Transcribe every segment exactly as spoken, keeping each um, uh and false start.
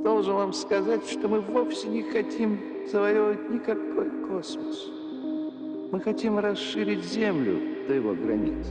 Должен вам сказать, что мы вовсе не хотим завоевывать никакой космос. Мы хотим расширить Землю до его границ.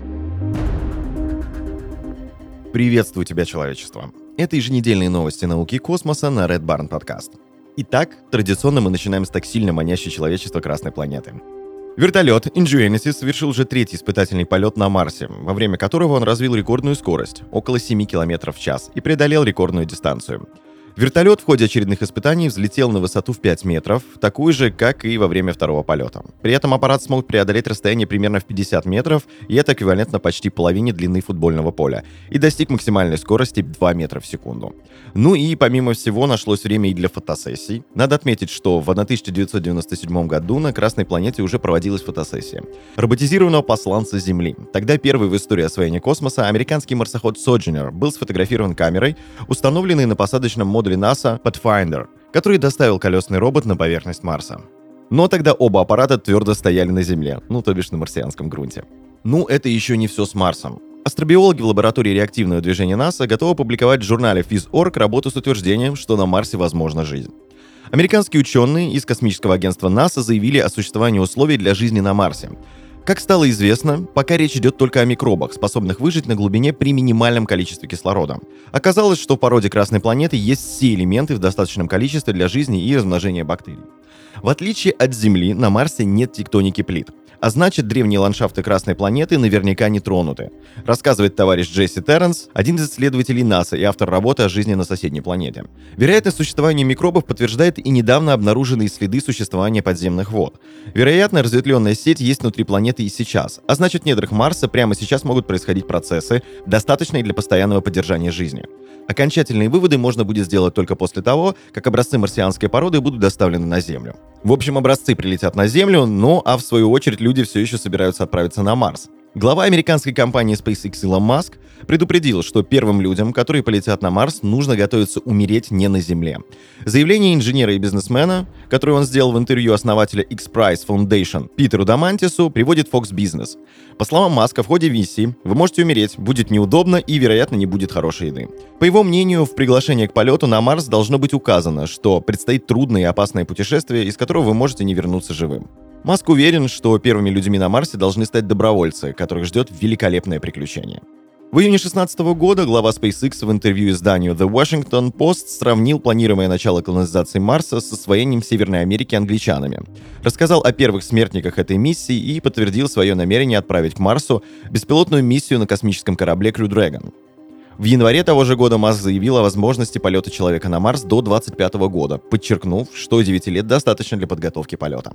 Приветствую тебя, человечество. Это еженедельные новости науки и космоса на Red Barn Podcast. Итак, традиционно мы начинаем с так сильно манящей человечество Красной планеты. Вертолет Ingenuity совершил уже третий испытательный полет на Марсе, во время которого он развил рекордную скорость, около семь километров в час, и преодолел рекордную дистанцию. Вертолет в ходе очередных испытаний взлетел на высоту в пять метров, такую же, как и во время второго полета. При этом аппарат смог преодолеть расстояние примерно в пятьдесят метров, и это эквивалентно почти половине длины футбольного поля, и достиг максимальной скорости два метра в секунду. Ну и помимо всего нашлось время и для фотосессий. Надо отметить, что в тысяча девятьсот девяносто седьмом году на Красной планете уже проводилась фотосессия роботизированного посланца Земли. Тогда первый в истории освоения космоса американский марсоход Sojourner был сфотографирован камерой, установленной на посадочном модуле модуле НАСА Pathfinder, который доставил колесный робот на поверхность Марса. Но тогда оба аппарата твердо стояли на Земле, ну то бишь на марсианском грунте. Ну, это еще не все с Марсом. Астробиологи в лаборатории реактивного движения НАСА готовы публиковать в журнале Phys точка org работу с утверждением, что на Марсе возможна жизнь. Американские ученые из космического агентства НАСА заявили о существовании условий для жизни на Марсе. Как стало известно, пока речь идет только о микробах, способных выжить на глубине при минимальном количестве кислорода. Оказалось, что в породе Красной планеты есть все элементы в достаточном количестве для жизни и размножения бактерий. В отличие от Земли, на Марсе нет тектоники плит. А значит, древние ландшафты Красной планеты наверняка не тронуты, рассказывает товарищ Джесси Терренс, один из исследователей НАСА и автор работы о жизни на соседней планете. Вероятность существования микробов подтверждает и недавно обнаруженные следы существования подземных вод. Вероятно, разветвленная сеть есть внутри планеты и сейчас, а значит, в недрах Марса прямо сейчас могут происходить процессы, достаточные для постоянного поддержания жизни. Окончательные выводы можно будет сделать только после того, как образцы марсианской породы будут доставлены на Землю. В общем, образцы прилетят на Землю, но, а в свою очередь, люди все еще собираются отправиться на Марс. Глава американской компании SpaceX Илон Маск предупредил, что первым людям, которые полетят на Марс, нужно готовиться умереть не на Земле. Заявление инженера и бизнесмена, которое он сделал в интервью основателя X-Prize Foundation Питеру Дамантису, приводит Fox Business. По словам Маска, в ходе миссии вы можете умереть, будет неудобно и, вероятно, не будет хорошей еды. По его мнению, в приглашении к полету на Марс должно быть указано, что предстоит трудное и опасное путешествие, из которого вы можете не вернуться живым. Маск уверен, что первыми людьми на Марсе должны стать добровольцы, которых ждет великолепное приключение. В июне две тысячи шестнадцатого года глава SpaceX в интервью изданию The Washington Post сравнил планируемое начало колонизации Марса с освоением Северной Америки англичанами. Рассказал о первых смертниках этой миссии и подтвердил свое намерение отправить к Марсу беспилотную миссию на космическом корабле Crew Dragon. В январе того же года Маск заявил о возможности полета человека на Марс до двадцать пятого года, подчеркнув, что девяти лет достаточно для подготовки полета.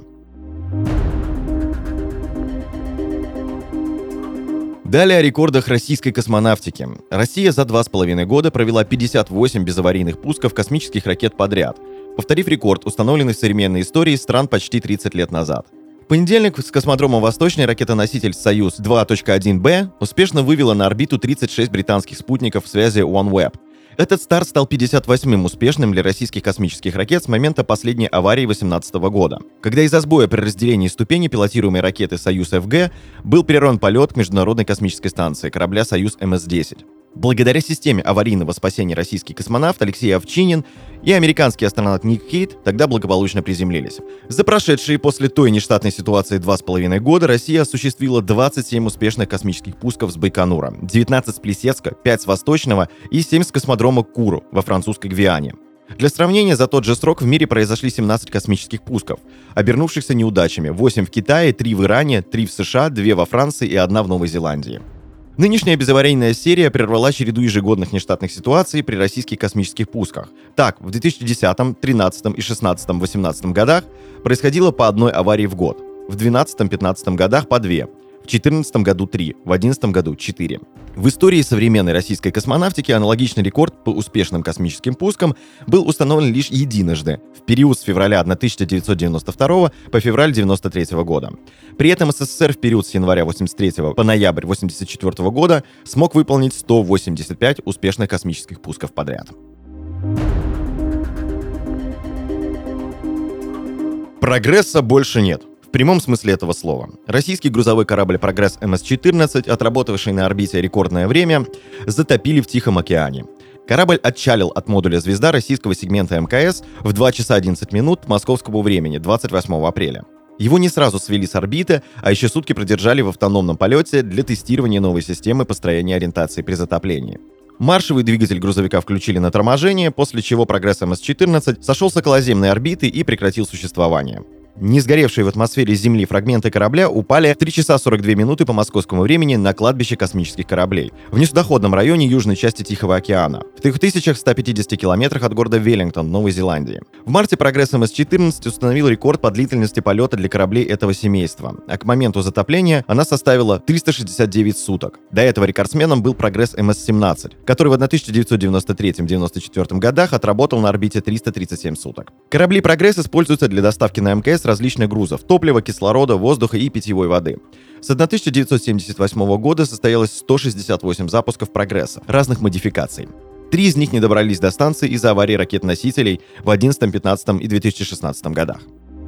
Далее о рекордах российской космонавтики. Россия за два с половиной года провела пятьдесят восемь безаварийных пусков космических ракет подряд, повторив рекорд, установленный в современной истории стран почти тридцать лет назад. В понедельник с космодрома «Восточный» ракетоноситель «Союз два точка один бэ» успешно вывела на орбиту тридцать шесть британских спутников связи OneWeb. Этот старт стал пятьдесят восьмым успешным для российских космических ракет с момента последней аварии две тысячи восемнадцатого года, когда из-за сбоя при разделении ступени пилотируемой ракеты «Союз-ФГ» был прерван полет к Международной космической станции корабля «Союз эм эс десять». Благодаря системе аварийного спасения российский космонавт Алексей Овчинин и американский астронавт Ник Кейт тогда благополучно приземлились. За прошедшие после той нештатной ситуации два с половиной года Россия осуществила двадцать семь успешных космических пусков с Байконура, девятнадцать с Плесецка, пять с Восточного и семь с космодрома Куру во французской Гвиане. Для сравнения, за тот же срок в мире произошли семнадцать космических пусков, обернувшихся неудачами: восемь в Китае, три в Иране, три в США, два во Франции и одна в Новой Зеландии. Нынешняя безаварийная серия прервала череду ежегодных нештатных ситуаций при российских космических пусках. Так, в две тысячи десятом, тринадцатом и шестнадцатом восемнадцатом годах происходило по одной аварии в год, в двенадцатом-пятнадцатом годах по две, в две тысячи четырнадцатом году три, в две тысячи одиннадцатом году четыре. В истории современной российской космонавтики аналогичный рекорд по успешным космическим пускам был установлен лишь единожды, в период с февраля тысяча девятьсот девяносто второго по февраль девяносто третьего года. При этом СССР в период с января восемьдесят третьего по ноябрь восемьдесят четвёртого года смог выполнить сто восемьдесят пять успешных космических пусков подряд. Прогресса больше нет. В прямом смысле этого слова. Российский грузовой корабль «Прогресс эм эс четырнадцать», отработавший на орбите рекордное время, затопили в Тихом океане. Корабль отчалил от модуля «Звезда» российского сегмента эм ка эс в два часа одиннадцать минут московского времени, двадцать восьмого апреля. Его не сразу свели с орбиты, а еще сутки продержали в автономном полете для тестирования новой системы построения ориентации при затоплении. Маршевый двигатель грузовика включили на торможение, после чего «Прогресс эм эс четырнадцать» сошел с околоземной орбиты и прекратил существование. Не сгоревшие в атмосфере Земли фрагменты корабля упали в три часа сорок две минуты по московскому времени на кладбище космических кораблей в несудоходном районе южной части Тихого океана, в трех тысячах ста пятидесяти километрах от города Веллингтон, Новой Зеландии. В марте «Прогресс эм эс четырнадцать» установил рекорд по длительности полета для кораблей этого семейства, а к моменту затопления она составила триста шестьдесят девять суток. До этого рекордсменом был «Прогресс эм эс семнадцать», который в тысяча девятьсот девяносто третьем — девяносто четвёртом годах отработал на орбите триста тридцать семь суток. Корабли «Прогресс» используются для доставки на эм ка эс различных грузов — топлива, кислорода, воздуха и питьевой воды. С тысяча девятьсот семьдесят восьмого года состоялось сто шестьдесят восемь запусков «Прогресса» разных модификаций. Три из них не добрались до станции из-за аварии ракет-носителей в одиннадцатом, пятнадцатом и две тысячи шестнадцатом годах.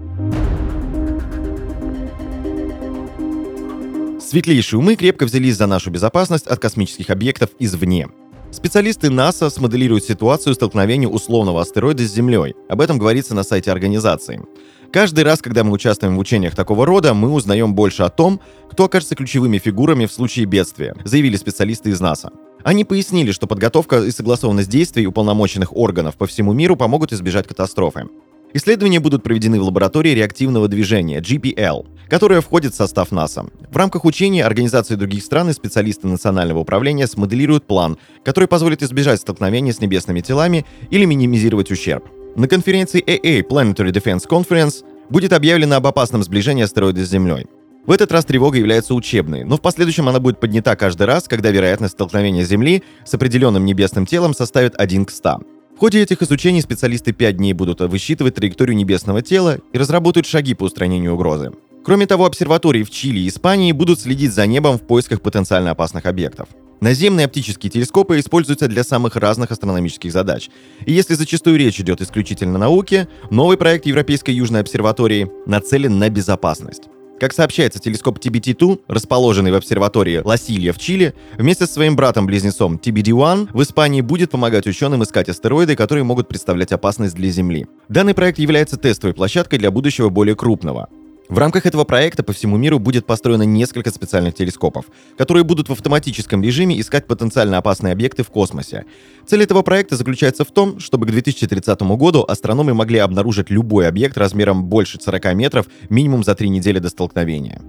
Светлейшие умы крепко взялись за нашу безопасность от космических объектов извне. Специалисты НАСА смоделируют ситуацию столкновения условного астероида с Землей. Об этом говорится на сайте организации. Каждый раз, когда мы участвуем в учениях такого рода, мы узнаем больше о том, кто окажется ключевыми фигурами в случае бедствия, заявили специалисты из НАСА. Они пояснили, что подготовка и согласованность действий уполномоченных органов по всему миру помогут избежать катастрофы. Исследования будут проведены в лаборатории реактивного движения джи пи эл, которая входит в состав НАСА. В рамках учений организации других стран и специалисты национального управления смоделируют план, который позволит избежать столкновения с небесными телами или минимизировать ущерб. На конференции эй эй Planetary Defense Conference будет объявлено об опасном сближении астероида с Землей. В этот раз тревога является учебной, но в последующем она будет поднята каждый раз, когда вероятность столкновения Земли с определенным небесным телом составит один к ста. В ходе этих изучений специалисты пять дней будут высчитывать траекторию небесного тела и разработают шаги по устранению угрозы. Кроме того, обсерватории в Чили и Испании будут следить за небом в поисках потенциально опасных объектов. Наземные оптические телескопы используются для самых разных астрономических задач. И если зачастую речь идет исключительно о науке, новый проект Европейской Южной обсерватории нацелен на безопасность. Как сообщается, телескоп ти би ти два, расположенный в обсерватории Ла-Силья в Чили, вместе со своим братом-близнецом ти би ди один в Испании будет помогать ученым искать астероиды, которые могут представлять опасность для Земли. Данный проект является тестовой площадкой для будущего более крупного. В рамках этого проекта по всему миру будет построено несколько специальных телескопов, которые будут в автоматическом режиме искать потенциально опасные объекты в космосе. Цель этого проекта заключается в том, чтобы к две тысячи тридцатому году астрономы могли обнаружить любой объект размером больше сорока метров минимум за три недели до столкновения.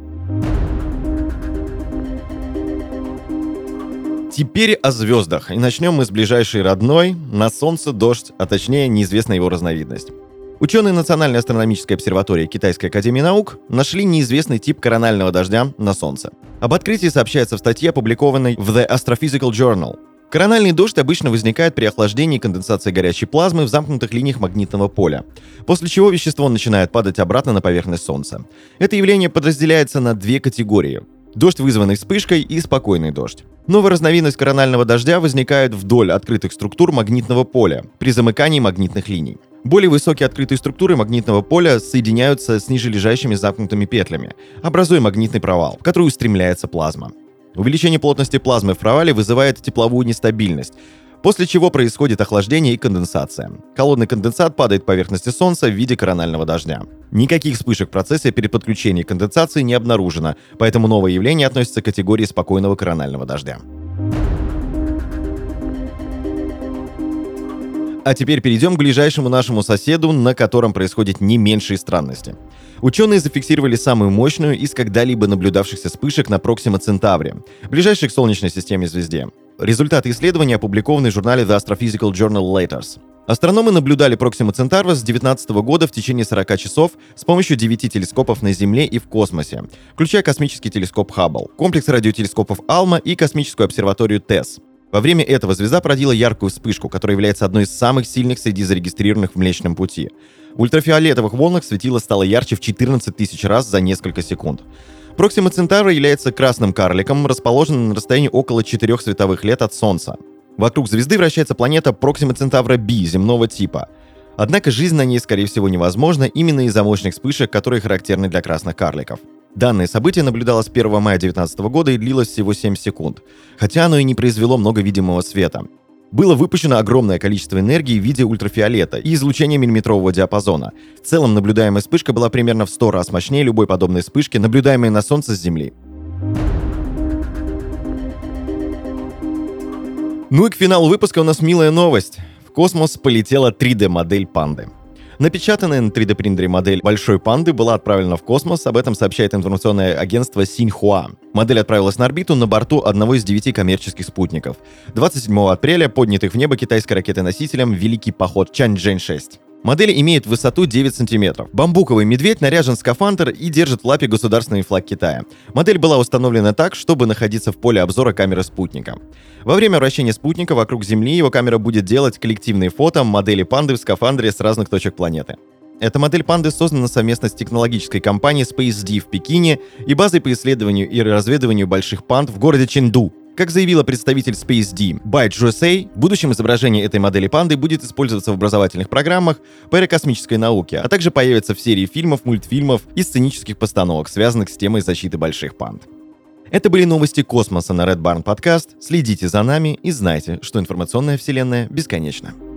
Теперь о звездах. И начнем мы с ближайшей родной, на Солнце дождь, а точнее неизвестна его разновидность. Ученые Национальной астрономической обсерватории Китайской академии наук нашли неизвестный тип коронального дождя на Солнце. Об открытии сообщается в статье, опубликованной в The Astrophysical Journal. Корональный дождь обычно возникает при охлаждении и конденсации горячей плазмы в замкнутых линиях магнитного поля, после чего вещество начинает падать обратно на поверхность Солнца. Это явление подразделяется на две категории – дождь, вызванный вспышкой, и спокойный дождь. Новая разновидность коронального дождя возникает вдоль открытых структур магнитного поля при замыкании магнитных линий. Более высокие открытые структуры магнитного поля соединяются с нижележащими замкнутыми петлями, образуя магнитный провал, в который устремляется плазма. Увеличение плотности плазмы в провале вызывает тепловую нестабильность, после чего происходит охлаждение и конденсация. Холодный конденсат падает к поверхности Солнца в виде коронального дождя. Никаких вспышек в процессе переподключения и конденсации не обнаружено, поэтому новое явление относится к категории спокойного коронального дождя. А теперь перейдем к ближайшему нашему соседу, на котором происходят не меньшие странности. Ученые зафиксировали самую мощную из когда-либо наблюдавшихся вспышек на Проксима Центавре, ближайшей к Солнечной системе звезде. Результаты исследования опубликованы в журнале The Astrophysical Journal Letters. Астрономы наблюдали Проксима Центавра с две тысячи девятнадцатого года в течение сорока часов с помощью девяти телескопов на Земле и в космосе, включая космический телескоп Хаббл, комплекс радиотелескопов Алма и космическую обсерваторию ТЭСС. Во время этого звезда породила яркую вспышку, которая является одной из самых сильных среди зарегистрированных в Млечном Пути. В ультрафиолетовых волнах светило стало ярче в четырнадцать тысяч раз за несколько секунд. Проксима Центавра является красным карликом, расположенным на расстоянии около четырёх световых лет от Солнца. Вокруг звезды вращается планета Проксима Центавра би земного типа. Однако жизнь на ней, скорее всего, невозможна именно из-за мощных вспышек, которые характерны для красных карликов. Данное событие наблюдалось с первого мая две тысячи девятнадцатого года и длилось всего семь секунд, хотя оно и не произвело много видимого света. Было выпущено огромное количество энергии в виде ультрафиолета и излучения миллиметрового диапазона. В целом наблюдаемая вспышка была примерно в сто раз мощнее любой подобной вспышки, наблюдаемой на Солнце с Земли. Ну и к финалу выпуска у нас милая новость. В космос полетела три дэ-модель панды. Напечатанная на три дэ-принтере модель большой панды была отправлена в космос, об этом сообщает информационное агентство Синьхуа. Модель отправилась на орбиту на борту одного из девяти коммерческих спутников. двадцать седьмого апреля поднятых в небо китайской ракетой-носителем «Великий поход Чанчжэнь шесть». Модель имеет высоту девять сантиметров. Бамбуковый медведь наряжен в скафандр и держит в лапе государственный флаг Китая. Модель была установлена так, чтобы находиться в поле обзора камеры спутника. Во время вращения спутника вокруг Земли его камера будет делать коллективные фото модели панды в скафандре с разных точек планеты. Эта модель панды создана совместно с технологической компанией SpaceD в Пекине и базой по исследованию и разведыванию больших панд в городе Чэнду. Как заявила представитель SpaceD Byte ю эс эй, в будущем изображение этой модели панды будет использоваться в образовательных программах по аэрокосмической науке, а также появится в серии фильмов, мультфильмов и сценических постановок, связанных с темой защиты больших панд. Это были новости космоса на Red Barn Podcast. Следите за нами и знайте, что информационная вселенная бесконечна.